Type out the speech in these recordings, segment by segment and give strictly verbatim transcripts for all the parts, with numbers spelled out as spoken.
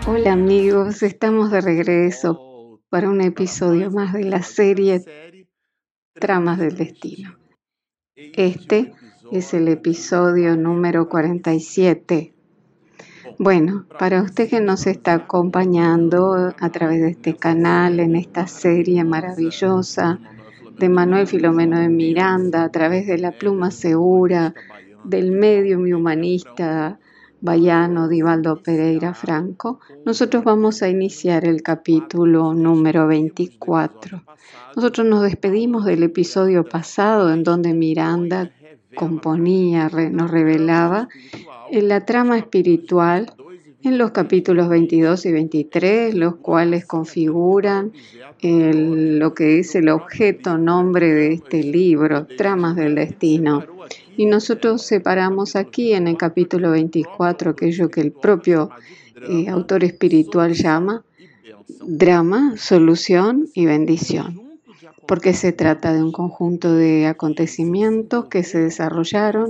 Hola amigos, estamos de regreso para un episodio más de la serie Tramas del Destino. Este es el episodio número cuarenta y siete. Bueno, para usted que nos está acompañando a través de este canal, en esta serie maravillosa de Manuel Filomeno de Miranda, a través de la pluma segura, del medium y humanista baiano Divaldo Pereira Franco, nosotros vamos a iniciar el capítulo número veinticuatro. Nosotros nos despedimos del episodio pasado en donde Miranda componía, nos revelaba en la trama espiritual en los capítulos veintidós y veintitrés, los cuales configuran el, lo que es el objeto nombre de este libro, Tramas del Destino. Y nosotros separamos aquí en el capítulo veinticuatro aquello que el propio eh, autor espiritual llama drama, solución y bendición, porque se trata de un conjunto de acontecimientos que se desarrollaron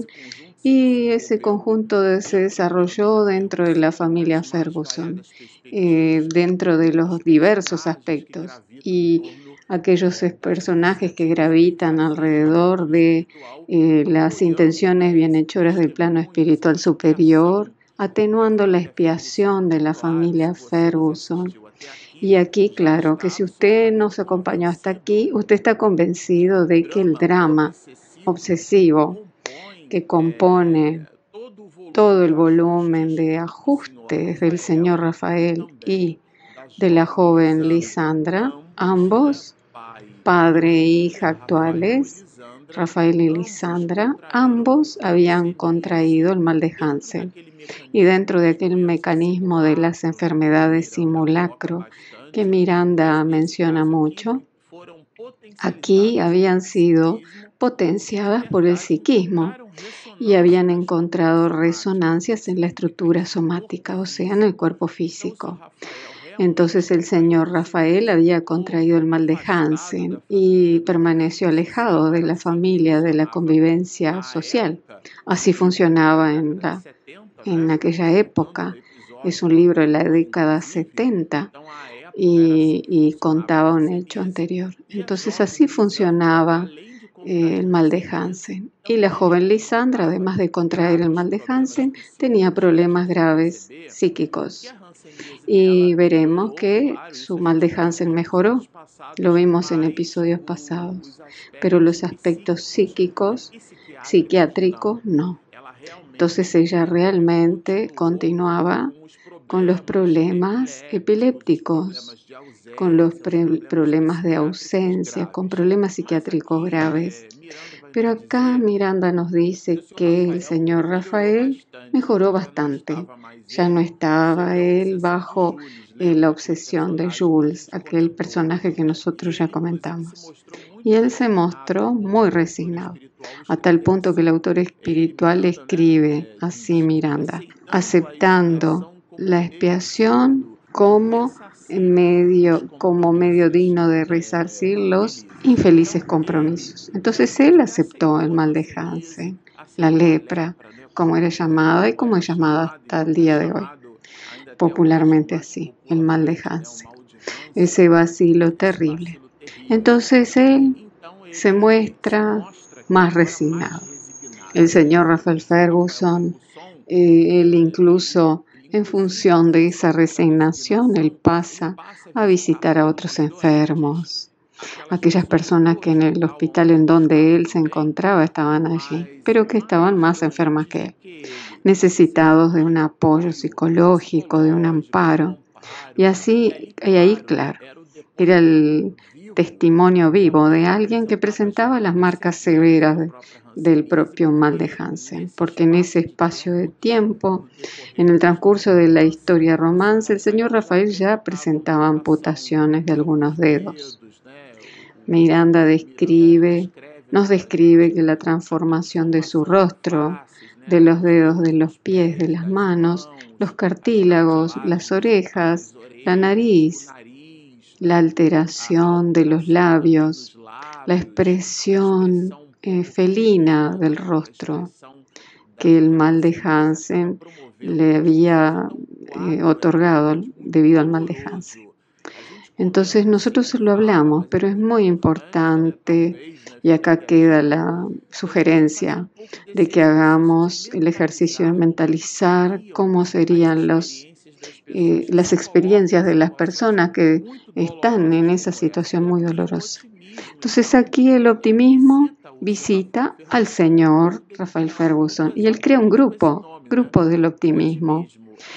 y ese conjunto se desarrolló dentro de la familia Ferguson, eh, dentro de los diversos aspectos y aquellos personajes que gravitan alrededor de eh, las intenciones bienhechoras del plano espiritual superior, atenuando la expiación de la familia Ferguson. Y aquí, claro, que si usted nos acompañó hasta aquí, usted está convencido de que el drama obsesivo que compone todo el volumen de ajustes del señor Rafael y de la joven Lisandra, ambos, padre e hija actuales, Rafael y Lisandra, ambos habían contraído el mal de Hansen. Y dentro de aquel mecanismo de las enfermedades simulacro que Miranda menciona mucho, aquí habían sido potenciadas por el psiquismo y habían encontrado resonancias en la estructura somática, o sea, en el cuerpo físico. Entonces el señor Rafael había contraído el mal de Hansen y permaneció alejado de la familia, de la convivencia social. Así funcionaba en, la, en aquella época. Es un libro de la década setenta y, y contaba un hecho anterior. Entonces así funcionaba eh, el mal de Hansen. Y la joven Lisandra, además de contraer el mal de Hansen, tenía problemas graves psíquicos. Y veremos que su mal de Hansen mejoró, lo vimos en episodios pasados, pero los aspectos psíquicos, psiquiátricos, no. Entonces ella realmente continuaba con los problemas epilépticos, con los problemas de ausencia, con problemas psiquiátricos graves. Pero acá Miranda nos dice que el señor Rafael mejoró bastante. Ya no estaba él bajo eh, la obsesión de Jules, aquel personaje que nosotros ya comentamos. Y él se mostró muy resignado, a tal punto que el autor espiritual escribe así Miranda, aceptando la expiación como medio, como medio digno de resarcir los infelices compromisos. Entonces él aceptó el mal de Hansen, la lepra, como era llamada y como es llamada hasta el día de hoy, popularmente así, el mal de Hansen, ese vacilo terrible. Entonces él se muestra más resignado. El señor Rafael Ferguson, eh, él incluso en función de esa resignación, él pasa a visitar a otros enfermos. Aquellas personas que en el hospital en donde él se encontraba estaban allí, pero que estaban más enfermas que él, necesitados de un apoyo psicológico, de un amparo. Y así, y ahí, claro, era el testimonio vivo de alguien que presentaba las marcas severas de, del propio mal de Hansen, porque en ese espacio de tiempo, en el transcurso de la historia romance, el señor Rafael ya presentaba amputaciones de algunos dedos. Miranda describe, nos describe que la transformación de su rostro, de los dedos de los pies, de las manos, los cartílagos, las orejas, la nariz, la alteración de los labios, la expresión eh, felina del rostro, que el mal de Hansen le había eh, otorgado debido al mal de Hansen. Entonces nosotros lo hablamos, pero es muy importante, y acá queda la sugerencia de que hagamos el ejercicio de mentalizar cómo serían los, eh, las experiencias de las personas que están en esa situación muy dolorosa. Entonces aquí el optimismo visita al señor Rafael Ferguson y él crea un grupo, grupo del optimismo.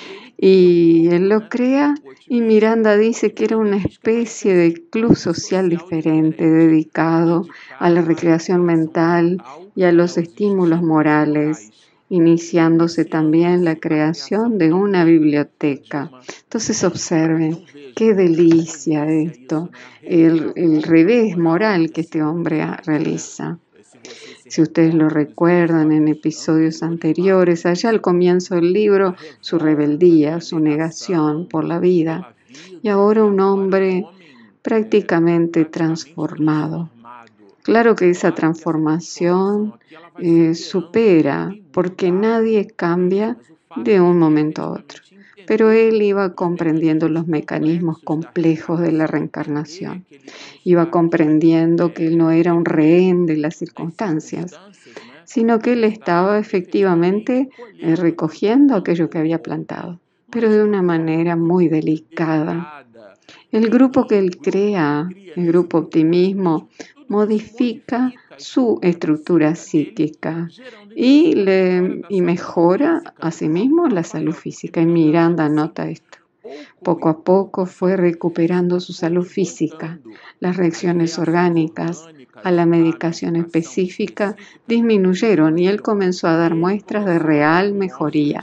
Y él lo crea y Miranda dice que era una especie de club social diferente dedicado a la recreación mental y a los estímulos morales, iniciándose también la creación de una biblioteca. Entonces observen, qué delicia esto, el, el revés moral que este hombre realiza. Si ustedes lo recuerdan en episodios anteriores, allá al comienzo del libro, su rebeldía, su negación por la vida, y ahora un hombre prácticamente transformado. Claro que esa transformación eh, supera, porque nadie cambia de un momento a otro, pero él iba comprendiendo los mecanismos complejos de la reencarnación. Iba comprendiendo que él no era un rehén de las circunstancias, sino que él estaba efectivamente eh, recogiendo aquello que había plantado, pero de una manera muy delicada. El grupo que él crea, el grupo Optimismo, modifica su estructura psíquica y, le, y mejora asimismo la salud física. Y Miranda nota esto. Poco a poco fue recuperando su salud física. Las reacciones orgánicas a la medicación específica disminuyeron y él comenzó a dar muestras de real mejoría.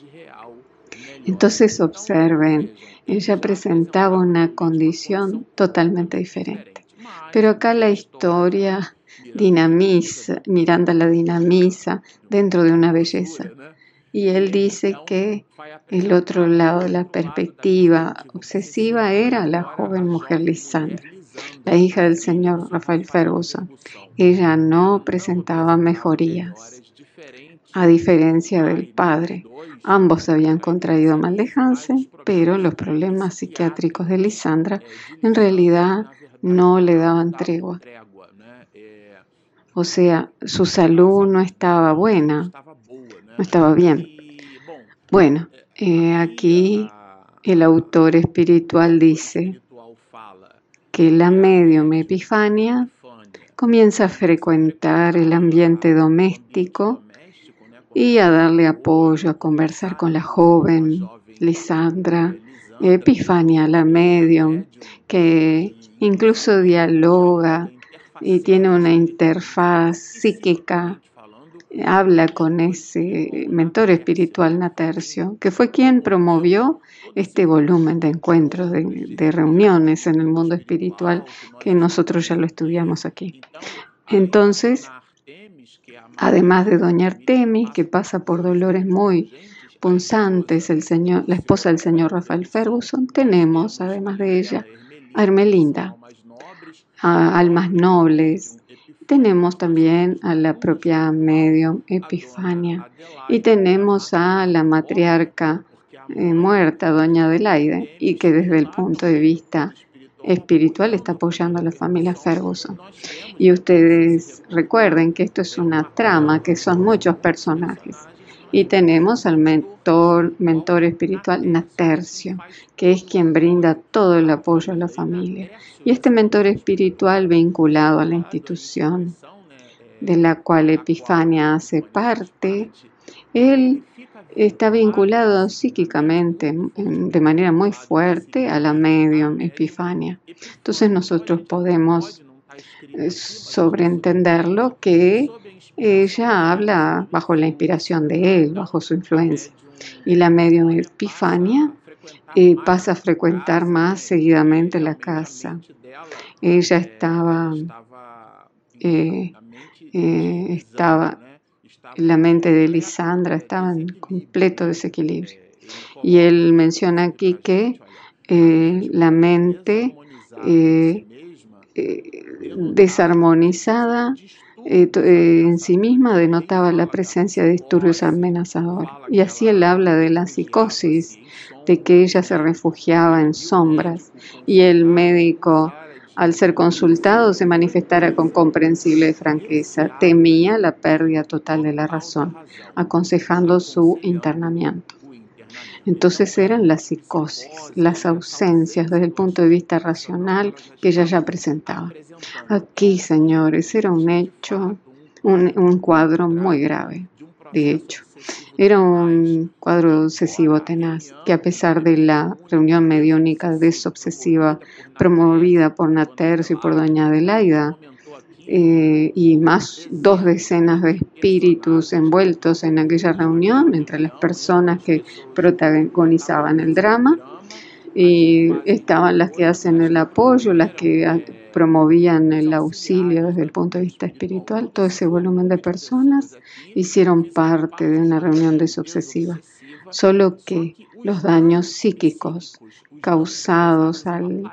Entonces observen, ella presentaba una condición totalmente diferente. Pero acá la historia dinamiza, Miranda la dinamiza dentro de una belleza. Y él dice que el otro lado de la perspectiva obsesiva era la joven mujer Lisandra, la hija del señor Rafael Ferguson. Ella no presentaba mejorías. A diferencia del padre, ambos habían contraído mal de Hansen, pero los problemas psiquiátricos de Lisandra en realidad no le daban tregua. O sea, su salud no estaba buena, no estaba bien. Bueno, eh, aquí el autor espiritual dice que la médium Epifania comienza a frecuentar el ambiente doméstico y a darle apoyo, a conversar con la joven Lisandra, Epifania, la medium, que incluso dialoga y tiene una interfaz psíquica, habla con ese mentor espiritual Natercio, que fue quien promovió este volumen de encuentros, de, de reuniones en el mundo espiritual, que nosotros ya lo estudiamos aquí. Entonces, además de doña Artemis, que pasa por dolores muy punzantes, el señor, la esposa del señor Rafael Ferguson, tenemos, además de ella, a Hermelinda, a almas nobles. Tenemos también a la propia medium Epifania y tenemos a la matriarca eh, muerta, doña Adelaide, y que desde el punto de vista espiritual está apoyando a la familia Ferguson. Y ustedes recuerden que esto es una trama, que son muchos personajes. Y tenemos al mentor, mentor espiritual Natercio, que es quien brinda todo el apoyo a la familia. Y este mentor espiritual vinculado a la institución de la cual Epifania hace parte, él está vinculado psíquicamente de manera muy fuerte a la medium Epifania. Entonces nosotros podemos sobreentenderlo que ella habla bajo la inspiración de él, bajo su influencia. Y la medium Epifania eh, pasa a frecuentar más seguidamente la casa. Ella estaba, eh, eh, estaba, la mente de Lisandra estaba en completo desequilibrio. Y él menciona aquí que eh, la mente eh, eh, desarmonizada eh, eh, en sí misma denotaba la presencia de disturbios amenazadores. Y así él habla de la psicosis, de que ella se refugiaba en sombras y el médico, al ser consultado, se manifestara con comprensible franqueza. Temía la pérdida total de la razón, aconsejando su internamiento. Entonces eran las psicosis, las ausencias desde el punto de vista racional que ella ya presentaba. Aquí, señores, era un hecho, un, un cuadro muy grave, de hecho. Era un cuadro obsesivo tenaz, que a pesar de la reunión mediúnica desobsesiva promovida por Natercio y por doña Adelaida, eh, y más dos decenas de espíritus envueltos en aquella reunión entre las personas que protagonizaban el drama, y estaban las que hacen el apoyo, las que promovían el auxilio desde el punto de vista espiritual. Todo ese volumen de personas hicieron parte de una reunión desobsesiva, solo que los daños psíquicos causados al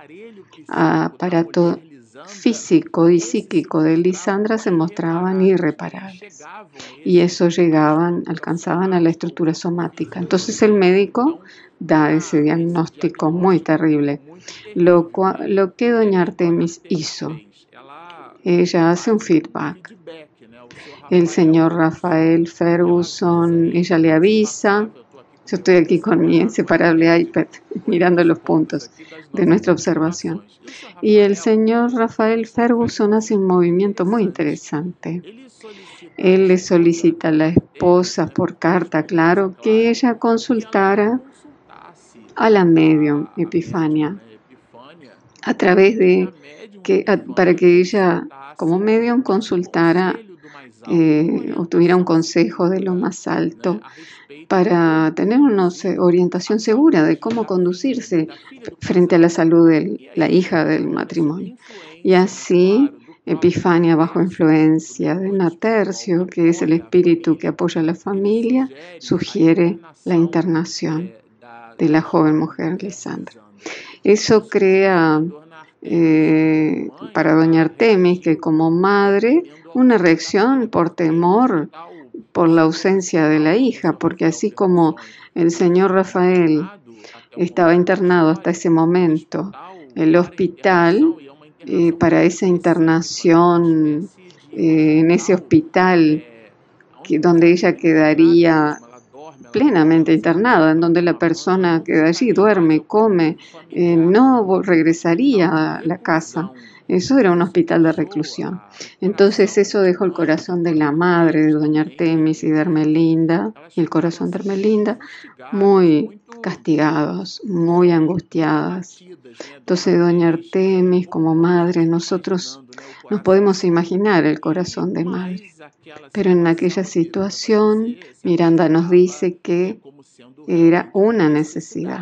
aparato físico y psíquico de Lisandra se mostraban irreparables, y eso llegaban, alcanzaban a la estructura somática. Entonces el médico da ese diagnóstico muy terrible. Lo, cual, lo que doña Artemis hizo, ella hace un feedback. El señor Rafael Ferguson, ella le avisa. Yo estoy aquí con mi inseparable iPad mirando los puntos de nuestra observación. Y el señor Rafael Ferguson hace un movimiento muy interesante. Él le solicita a la esposa por carta, claro, que ella consultara a la medium Epifania a través de que para que ella como medium consultara, eh, obtuviera un consejo de lo más alto para tener una orientación segura de cómo conducirse frente a la salud de la hija del matrimonio. Y así Epifania, bajo influencia de Natercio, que es el espíritu que apoya a la familia, sugiere la internación de la joven mujer Lisandra. Eso crea eh, para doña Artemis, que como madre, una reacción por temor por la ausencia de la hija, porque así como el señor Rafael estaba internado hasta ese momento, el hospital, eh, para esa internación eh, en ese hospital que, donde ella quedaría plenamente internada, en donde la persona queda allí, duerme, come, eh, no regresaría a la casa. Eso era un hospital de reclusión. Entonces eso dejó el corazón de la madre de doña Artemis y de Ermelinda, y el corazón de Ermelinda, muy castigados, muy angustiadas. Entonces doña Artemis, como madre, nosotros nos podemos imaginar el corazón de madre. Pero en aquella situación, Miranda nos dice que era una necesidad.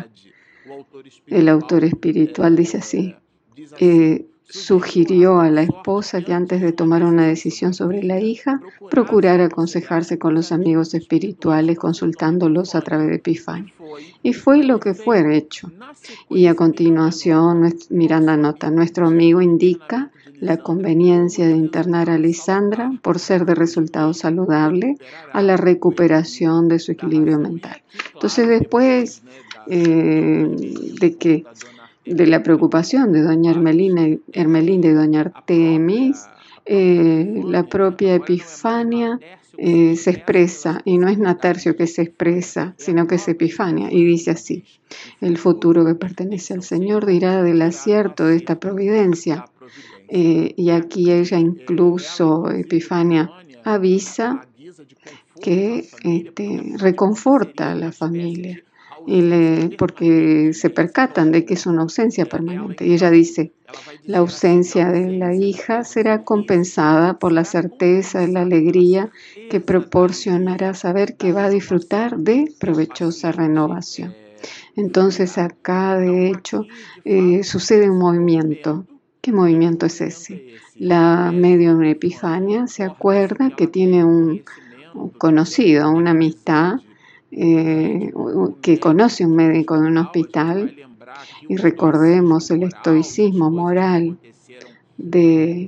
El autor espiritual dice así, eh, sugirió a la esposa que antes de tomar una decisión sobre la hija, procurara aconsejarse con los amigos espirituales, consultándolos a través de Epifania. Y fue lo que fue hecho. Y a continuación, Miranda nota, nuestro amigo indica la conveniencia de internar a Lisandra por ser de resultado saludable a la recuperación de su equilibrio mental. Entonces después eh, de que de la preocupación de doña Ermelinda, Ermelinda y doña Artemis, eh, la propia Epifania eh, se expresa, y no es Natercio que se expresa, sino que es Epifania, y dice así, el futuro que pertenece al Señor dirá del acierto de esta providencia. Eh, y aquí ella incluso, Epifania, avisa que este, reconforta a la familia, y le, porque se percatan de que es una ausencia permanente. Y ella dice, la ausencia de la hija será compensada por la certeza y la alegría que proporcionará saber que va a disfrutar de provechosa renovación. Entonces acá, de hecho, eh, sucede un movimiento. ¿Qué movimiento es ese? La medium Epifania se acuerda que tiene un, un conocido, una amistad, eh, que conoce un médico de un hospital, y recordemos el estoicismo moral de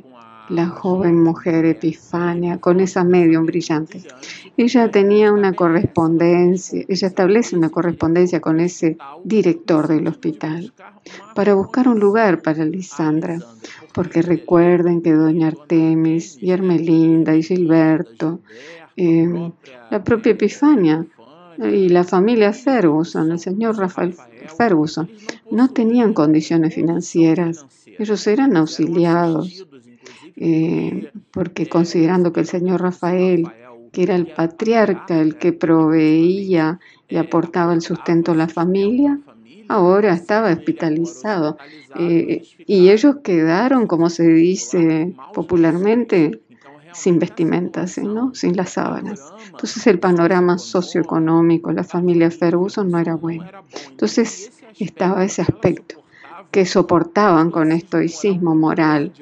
la joven mujer Epifania, con esa medium brillante. Ella tenía una correspondencia, ella establece una correspondencia con ese director del hospital para buscar un lugar para Lisandra, porque recuerden que doña Artemis y Ermelinda y Gilberto, eh, la propia Epifania y la familia Ferguson, el señor Rafael Ferguson, no tenían condiciones financieras. Ellos eran auxiliados, eh, porque considerando que el señor Rafael, que era el patriarca, el que proveía y aportaba el sustento a la familia, ahora estaba hospitalizado. Eh, y ellos quedaron, como se dice popularmente, sin vestimentas, ¿no? Sin las sábanas. Entonces el panorama socioeconómico, la familia Ferguson no era bueno. Entonces estaba ese aspecto que soportaban con estoicismo moral,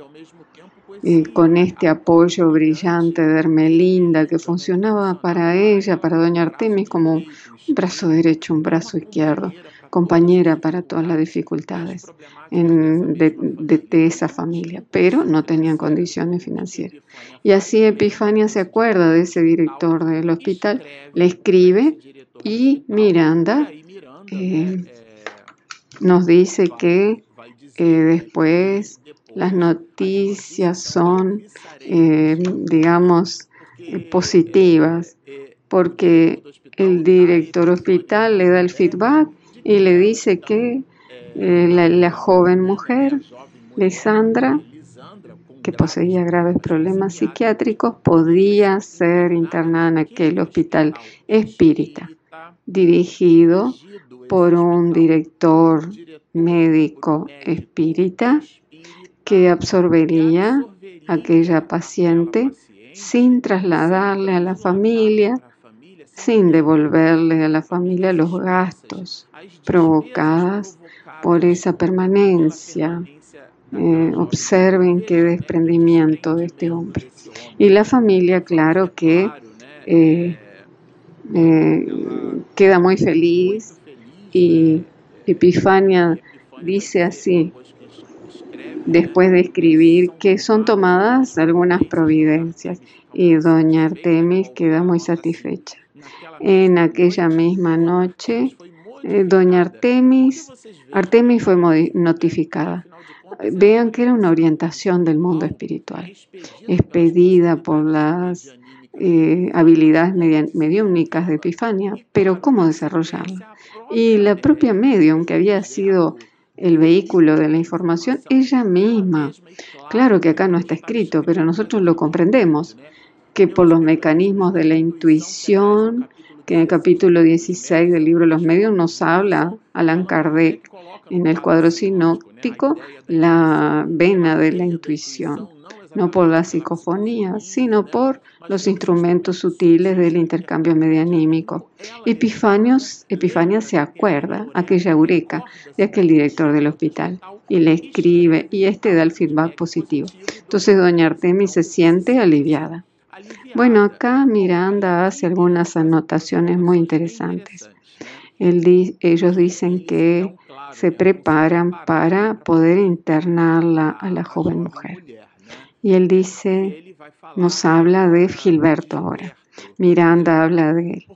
eh, con este apoyo brillante de Ermelinda que funcionaba para ella, para doña Artemis, como un brazo derecho, un brazo izquierdo, compañera para todas las dificultades en, de, de, de esa familia, pero no tenían condiciones financieras. Y así Epifania se acuerda de ese director del hospital, le escribe y Miranda eh, nos dice que eh, después las noticias son, eh, digamos, eh, positivas, porque el director hospital le da el feedback y le dice que eh, la, la joven mujer, Lisandra, que poseía graves problemas psiquiátricos, podía ser internada en aquel hospital espírita, dirigido por un director médico espírita que absorbería a aquella paciente sin trasladarle a la familia, sin devolverle a la familia los gastos provocados por esa permanencia. Eh, observen qué desprendimiento de este hombre. Y la familia, claro que eh, eh, queda muy feliz, y Epifania dice así, después de escribir, que son tomadas algunas providencias, y doña Artemis queda muy satisfecha. En aquella misma noche, eh, doña Artemis, Artemis fue notificada. Vean que era una orientación del mundo espiritual, expedida por las eh, habilidades mediúmnicas de Epifania, pero ¿cómo desarrollarla? Y la propia medium, que había sido el vehículo de la información, ella misma. Claro que acá no está escrito, pero nosotros lo comprendemos, que por los mecanismos de la intuición, que en el capítulo dieciséis del libro de los medios nos habla Allan Kardec en el cuadro sinóptico, la vena de la intuición, no por la psicofonía, sino por los instrumentos sutiles del intercambio medianímico. Epifanios, Epifania se acuerda, aquella eureka de aquel director del hospital, y le escribe, y este da el feedback positivo. Entonces doña Artemis se siente aliviada. Bueno, acá Miranda hace algunas anotaciones muy interesantes. Él, ellos dicen que se preparan para poder internarla a la joven mujer. Y él dice, nos habla de Gilberto ahora. Miranda habla de él.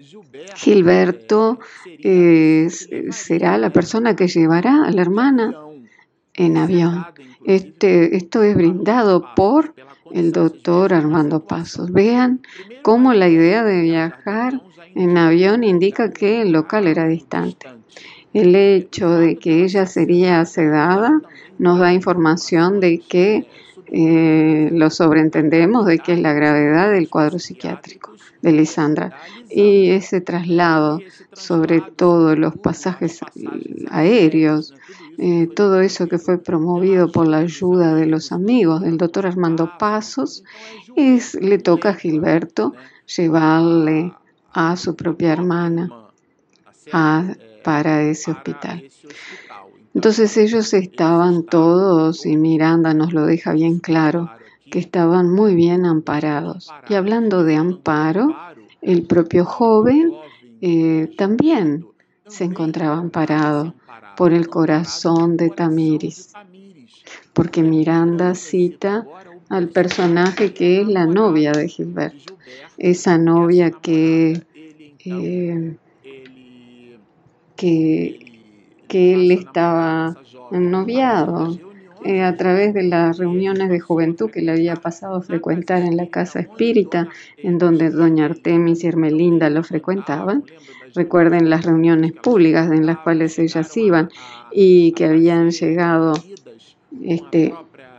Gilberto eh, será la persona que llevará a la hermana en avión. Este, esto es brindado por el doctor Armando Pasos. Vean cómo la idea de viajar en avión indica que el local era distante. El hecho de que ella sería sedada nos da información de que eh, lo sobreentendemos, de que es la gravedad del cuadro psiquiátrico de Lisandra. Y ese traslado, sobre todo los pasajes aéreos, eh, todo eso que fue promovido por la ayuda de los amigos del doctor Armando Pasos, es, le toca a Gilberto llevarle a su propia hermana a, para ese hospital. Entonces ellos estaban todos, y Miranda nos lo deja bien claro, que estaban muy bien amparados. Y hablando de amparo, el propio joven eh, también se encontraba amparado por el corazón de Tamiris, porque Miranda cita al personaje que es la novia de Gilberto, esa novia que, eh, que, que él estaba noviado eh, a través de las reuniones de juventud que le había pasado a frecuentar en la casa espírita, en donde doña Artemis y Ermelinda lo frecuentaban. Recuerden las reuniones públicas en las cuales ellas iban y que habían llegado, este,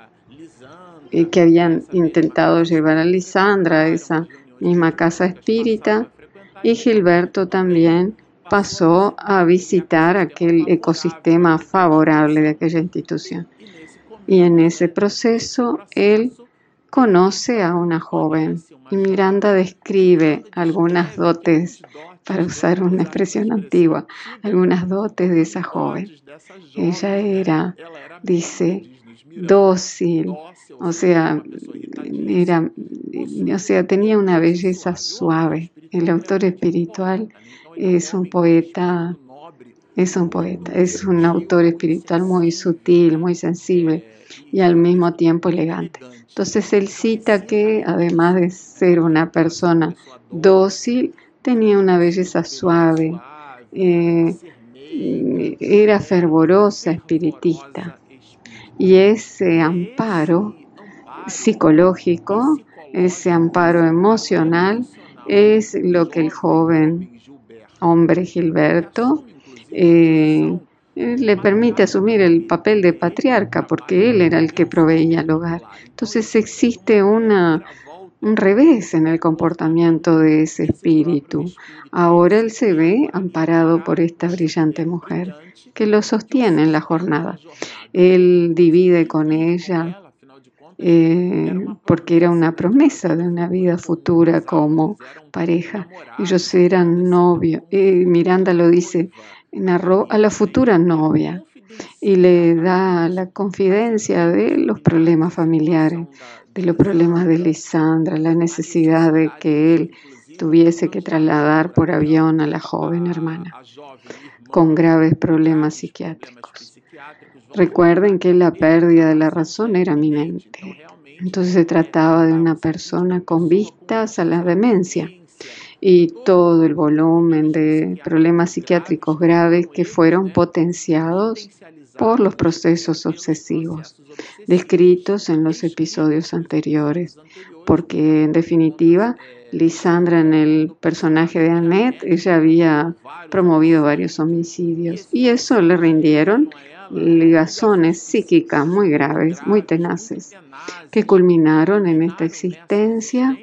eh, que habían intentado llevar a Lisandra a esa misma casa espírita, y Gilberto también pasó a visitar aquel ecosistema favorable de aquella institución. Y en ese proceso él conoce a una joven y Miranda describe algunas dotes, para usar una expresión antigua, algunas dotes de esa joven. Ella era, dice, dócil, o sea, era, o sea, tenía una belleza suave. El autor espiritual es un poeta, es un poeta, es un autor espiritual muy sutil, muy sensible y al mismo tiempo elegante. Entonces él cita que además de ser una persona dócil, tenía una belleza suave, eh, era fervorosa, espiritista. Y ese amparo psicológico, ese amparo emocional, es lo que el joven hombre Gilberto eh, le permite asumir el papel de patriarca, porque él era el que proveía el hogar. Entonces existe una, un revés en el comportamiento de ese espíritu. Ahora él se ve amparado por esta brillante mujer que lo sostiene en la jornada. Él divide con ella, eh, porque era una promesa de una vida futura como pareja. Ellos eran novios. Eh, Miranda lo dice, narró a la futura novia y le da la confidencia de los problemas familiares, de los problemas de Lisandra, la necesidad de que él tuviese que trasladar por avión a la joven hermana con graves problemas psiquiátricos. Recuerden que la pérdida de la razón era inminente. Entonces se trataba de una persona con vistas a la demencia y todo el volumen de problemas psiquiátricos graves que fueron potenciados por los procesos obsesivos descritos en los episodios anteriores, porque en definitiva Lisandra, en el personaje de Annette, ella había promovido varios homicidios y eso le rindieron ligazones psíquicas muy graves, muy tenaces, que culminaron en esta existencia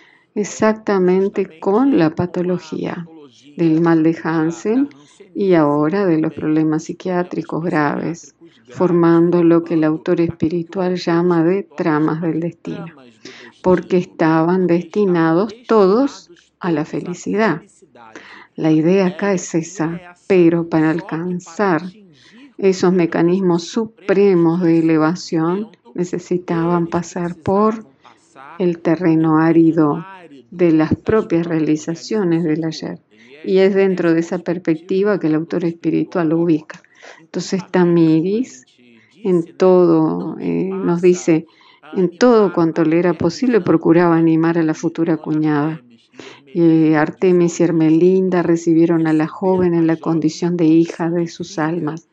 exactamente con la patología del mal de Hansen y ahora de los problemas psiquiátricos graves, formando lo que el autor espiritual llama de tramas del destino, porque estaban destinados todos a la felicidad. La idea acá es esa, pero para alcanzar esos mecanismos supremos de elevación necesitaban pasar por el terreno árido de las propias realizaciones del ayer. Y es dentro de esa perspectiva que el autor espiritual lo ubica. Entonces Tamiris en todo, eh, nos dice, en todo cuanto le era posible procuraba animar a la futura cuñada. Eh, Artemis y Ermelinda recibieron a la joven en la condición de hija de sus almas,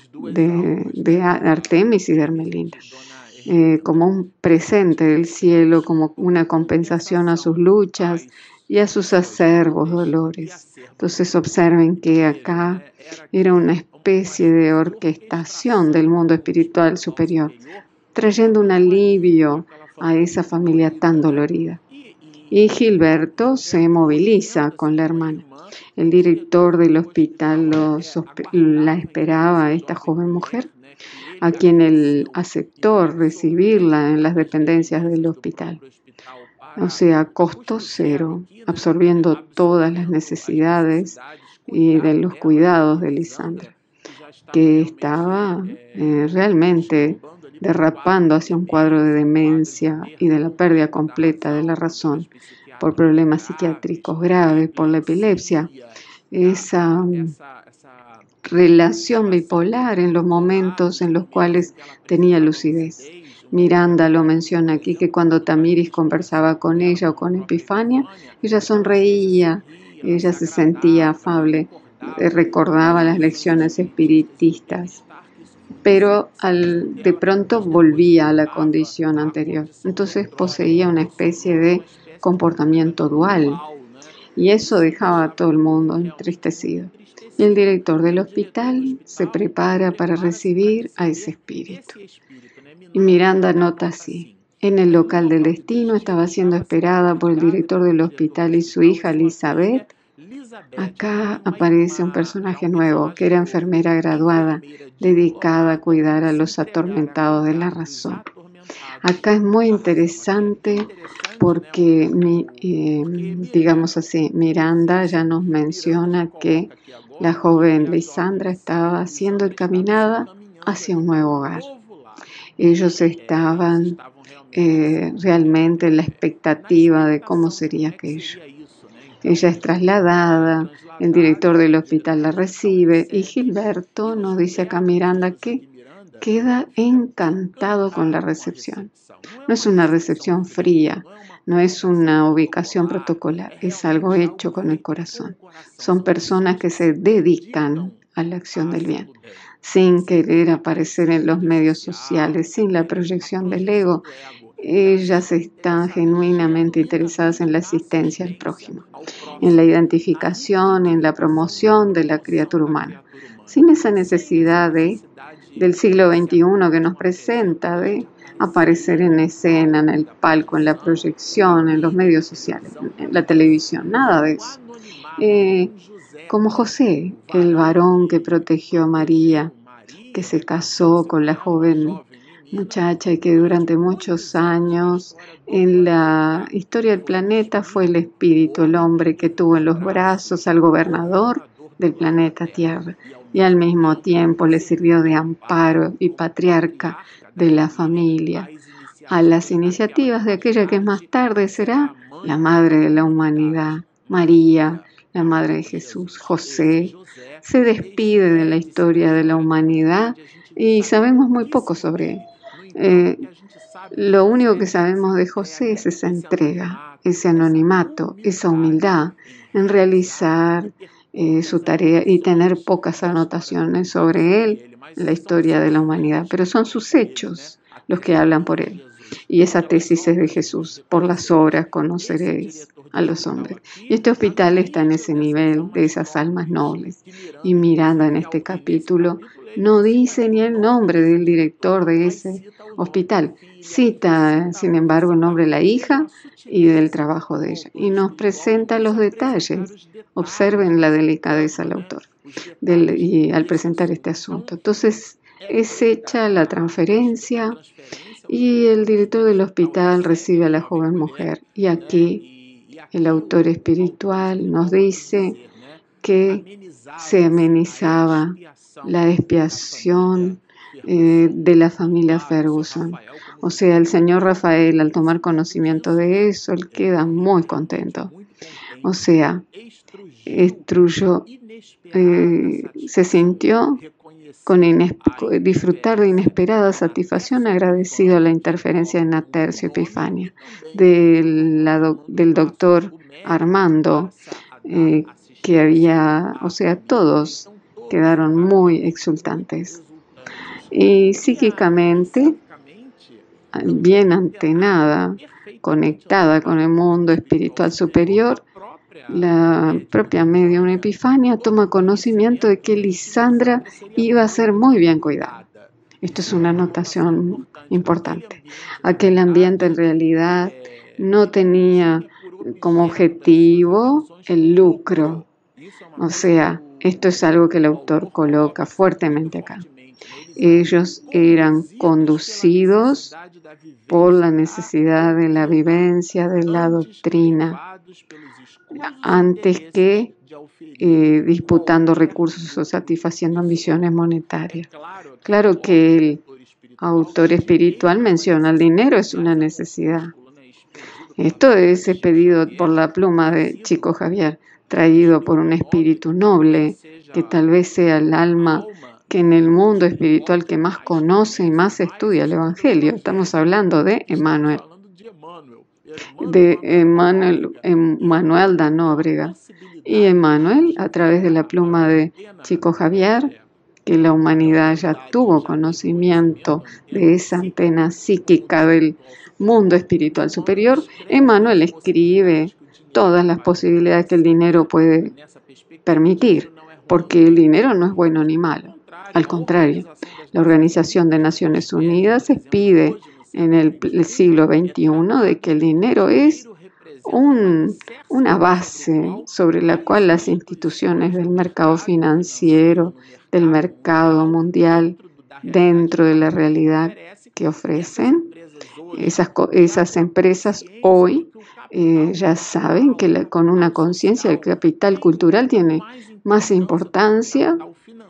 de, de Artemis y de Ermelinda. Eh, como un presente del cielo, como una compensación a sus luchas y a sus acerbos dolores. Entonces observen que acá era una especie de orquestación del mundo espiritual superior, trayendo un alivio a esa familia tan dolorida. Y Gilberto se moviliza con la hermana. El director del hospital los, la esperaba a esta joven mujer, a quien él aceptó recibirla en las dependencias del hospital. O sea, costo cero, absorbiendo todas las necesidades y de los cuidados de Lisandra, que estaba eh, realmente derrapando hacia un cuadro de demencia y de la pérdida completa de la razón por problemas psiquiátricos graves, por la epilepsia. Esa relación bipolar en los momentos en los cuales tenía lucidez. Miranda lo menciona aquí, que cuando Tamiris conversaba con ella o con Epifania, ella sonreía, ella se sentía afable, eh, recordaba las lecciones espiritistas, pero al, de pronto volvía a la condición anterior. Entonces poseía una especie de comportamiento dual, y eso dejaba a todo el mundo entristecido. Y el director del hospital se prepara para recibir a ese espíritu. Y Miranda nota así: en el local del destino estaba siendo esperada por el director del hospital y su hija Elizabeth. Acá aparece un personaje nuevo, que era enfermera graduada, dedicada a cuidar a los atormentados de la razón. Acá es muy interesante porque, eh, digamos así, Miranda ya nos menciona que la joven Lisandra estaba siendo encaminada hacia un nuevo hogar. Ellos estaban eh, realmente en la expectativa de cómo sería aquello. Ella es trasladada, el director del hospital la recibe y Gilberto nos dice acá Miranda que queda encantado con la recepción. No es una recepción fría, no es una ubicación protocolar, es algo hecho con el corazón. Son personas que se dedican a la acción del bien, sin querer aparecer en los medios sociales, sin la proyección del ego. Ellas están genuinamente interesadas en la asistencia al prójimo, en la identificación, en la promoción de la criatura humana, sin esa necesidad de, del siglo veintiuno que nos presenta de aparecer en escena, en el palco, en la proyección, en los medios sociales, en la televisión, nada de eso. Eh, como José, el varón que protegió a María, que se casó con la joven muchacha y que durante muchos años en la historia del planeta fue el espíritu, el hombre que tuvo en los brazos al gobernador del planeta Tierra y al mismo tiempo le sirvió de amparo y patriarca de la familia a las iniciativas de aquella que más tarde será la madre de la humanidad, María, la madre de Jesús. José se despide de la historia de la humanidad y sabemos muy poco sobre él. Eh, lo único que sabemos de José es esa entrega, ese anonimato, esa humildad en realizar eh, su tarea y tener pocas anotaciones sobre él en la historia de la humanidad, pero son sus hechos los que hablan por él. Y esa tesis es de Jesús: por las obras conoceréis a los hombres. Y este hospital está en ese nivel de esas almas nobles. Y Miranda en este capítulo no dice ni el nombre del director de ese hospital. Cita, sin embargo, el nombre de la hija y del trabajo de ella. Y nos presenta los detalles. Observen la delicadeza del autor del, y al presentar este asunto. Entonces, es hecha la transferencia y el director del hospital recibe a la joven mujer. Y aquí el autor espiritual nos dice que se amenizaba la expiación eh, de la familia Ferguson. O sea, el señor Rafael, al tomar conocimiento de eso, él queda muy contento. O sea, estruyó, eh, se sintió con disfrutar de inesperada satisfacción, agradecido a la interferencia de Natercio Epifania, de la do, del doctor Armando, eh, que había, o sea, todos quedaron muy exultantes. Y psíquicamente, bien antenada, conectada con el mundo espiritual superior, la propia medium Epifania toma conocimiento de que Lisandra iba a ser muy bien cuidada. Esto es una anotación importante. Aquel ambiente en realidad no tenía como objetivo el lucro. O sea, esto es algo que el autor coloca fuertemente acá. Ellos eran conducidos por la necesidad de la vivencia de la doctrina, antes que eh, disputando recursos o satisfaciendo ambiciones monetarias. Claro que el autor espiritual menciona el dinero es una necesidad. Esto es expedido por la pluma de Chico Javier, traído por un espíritu noble, que tal vez sea el alma que en el mundo espiritual que más conoce y más estudia el Evangelio. Estamos hablando de Emmanuel, de Emmanuel, Emmanuel da Nóbrega. Y Emmanuel, a través de la pluma de Chico Xavier, que la humanidad ya tuvo conocimiento de esa antena psíquica del mundo espiritual superior, Emmanuel escribe todas las posibilidades que el dinero puede permitir, porque el dinero no es bueno ni malo. Al contrario, la Organización de Naciones Unidas pide en el, el siglo veintiuno de que el dinero es un, una base sobre la cual las instituciones del mercado financiero, del mercado mundial, dentro de la realidad que ofrecen, esas, esas empresas hoy eh, ya saben que la, con una conciencia el capital cultural tiene más importancia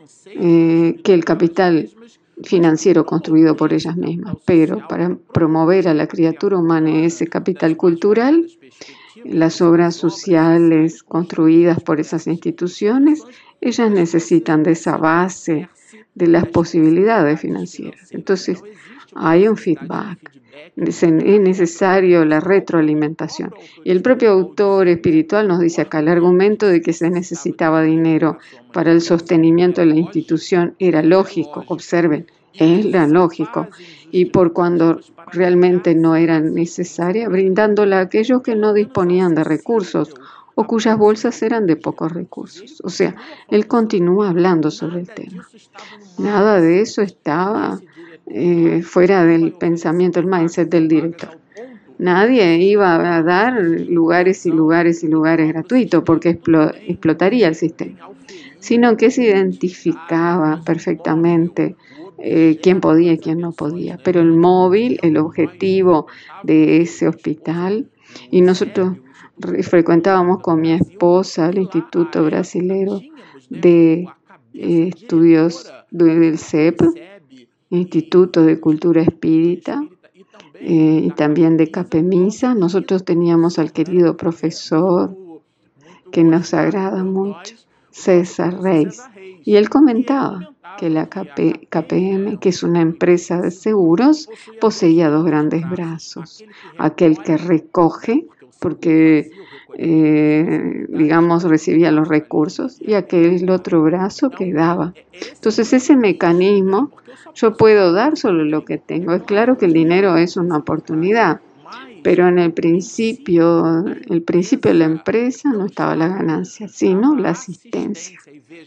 eh, que el capital financiero construido por ellas mismas, pero para promover a la criatura humana ese capital cultural, las obras sociales construidas por esas instituciones, ellas necesitan de esa base de las posibilidades financieras. Entonces, hay un feedback, es necesario la retroalimentación. Y el propio autor espiritual nos dice acá, el argumento de que se necesitaba dinero para el sostenimiento de la institución era lógico, observen, era lógico, y por cuando realmente no era necesaria, brindándola a aquellos que no disponían de recursos o cuyas bolsas eran de pocos recursos. O sea, él continúa hablando sobre el tema. Nada de eso estaba eh, fuera del pensamiento, el mindset del director. Nadie iba a dar lugares y lugares y lugares gratuitos porque explo- explotaría el sistema, sino que se identificaba perfectamente eh, quién podía y quién no podía. Pero el móvil, el objetivo de ese hospital, y nosotros frecuentábamos con mi esposa el Instituto Brasilero de eh, Estudios del C E P, Instituto de Cultura Espírita, eh, y también de Capemisa. Nosotros teníamos al querido profesor que nos agrada mucho, César Reis, y él comentaba que la K P M, que es una empresa de seguros, poseía dos grandes brazos, aquel que recoge, porque eh, digamos recibía los recursos, y aquel otro brazo que daba. Entonces ese mecanismo, yo puedo dar solo lo que tengo. Es claro que el dinero es una oportunidad, pero en el principio, el principio de la empresa no estaba la ganancia, sino la asistencia.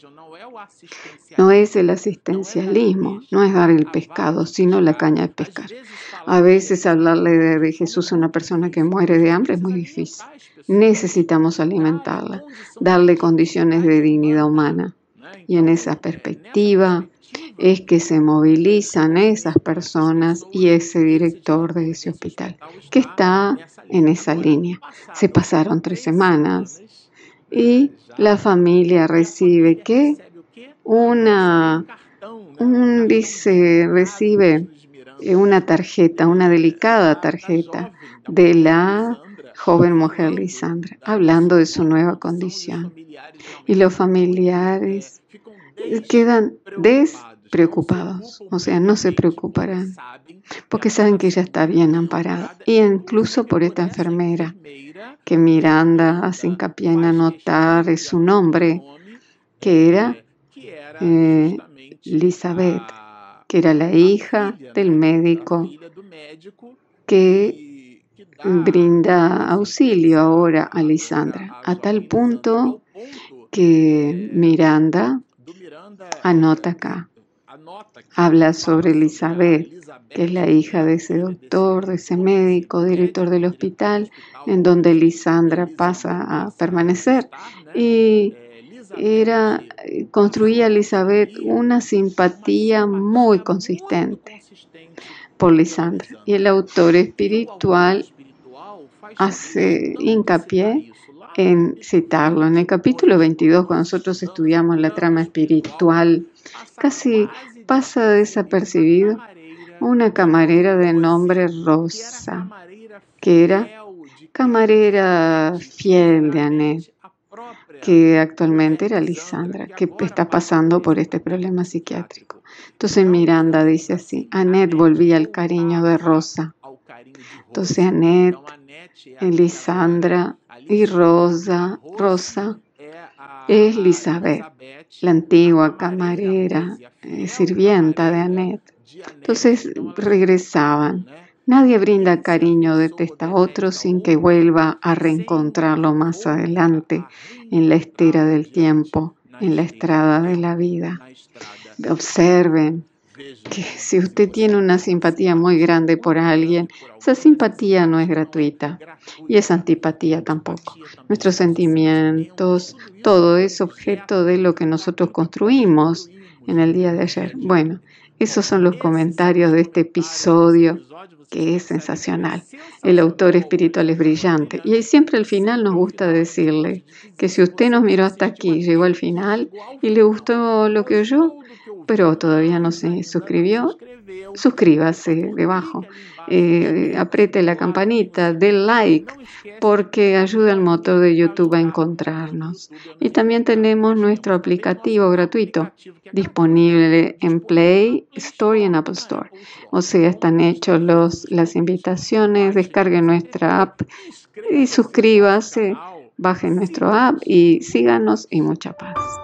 No es el asistencialismo, no es dar el pescado, sino la caña de pescar. A veces hablarle de, de Jesús a una persona que muere de hambre es muy difícil. Necesitamos alimentarla, darle condiciones de dignidad humana. Y en esa perspectiva es que se movilizan esas personas y ese director de ese hospital, que está en esa línea. Se pasaron tres semanas y la familia recibe ¿qué? Una, un, dice, recibe una tarjeta, una delicada tarjeta de la joven mujer Lisandra, hablando de su nueva condición. Y los familiares quedan despreocupados, o sea, no se preocuparán, porque saben que ella está bien amparada. Y incluso por esta enfermera, que Miranda hace hincapié en anotar su nombre, que era eh, Elizabeth, que era la hija del médico que brinda auxilio ahora a Lisandra, a tal punto que Miranda anota acá, habla sobre Elizabeth, que es la hija de ese doctor, de ese médico, director del hospital, en donde Lisandra pasa a permanecer. Y era, construía Elizabeth una simpatía muy consistente por Lisandra. Y el autor espiritual hace hincapié en citarlo. En el capítulo veintidós, cuando nosotros estudiamos la trama espiritual, casi pasa desapercibido una camarera de nombre Rosa, que era camarera fiel de Anet, que actualmente era Lisandra, que está pasando por este problema psiquiátrico. Entonces Miranda dice así: Annette volvía al cariño de Rosa. Entonces Annette, Lisandra y Rosa, Rosa es Elizabeth, la antigua camarera, eh, sirvienta de Annette. Entonces regresaban. Nadie brinda cariño detesta a otro sin que vuelva a reencontrarlo más adelante en la estera del tiempo, en la estrada de la vida. Observen que si usted tiene una simpatía muy grande por alguien, esa simpatía no es gratuita y esa antipatía tampoco. Nuestros sentimientos, todo es objeto de lo que nosotros construimos en el día de ayer. Bueno, esos son los comentarios de este episodio, que es sensacional. El autor espiritual es brillante. Y siempre al final nos gusta decirle que si usted nos miró hasta aquí, llegó al final y le gustó lo que oyó, pero todavía no se suscribió, suscríbase debajo, eh, apriete la campanita, dé like, porque ayuda al motor de YouTube a encontrarnos. Y también tenemos nuestro aplicativo gratuito disponible en Play Store y en Apple Store. O sea, están hechos los, las invitaciones, descarguen nuestra app y suscríbase, bajen nuestro app y síganos y mucha paz.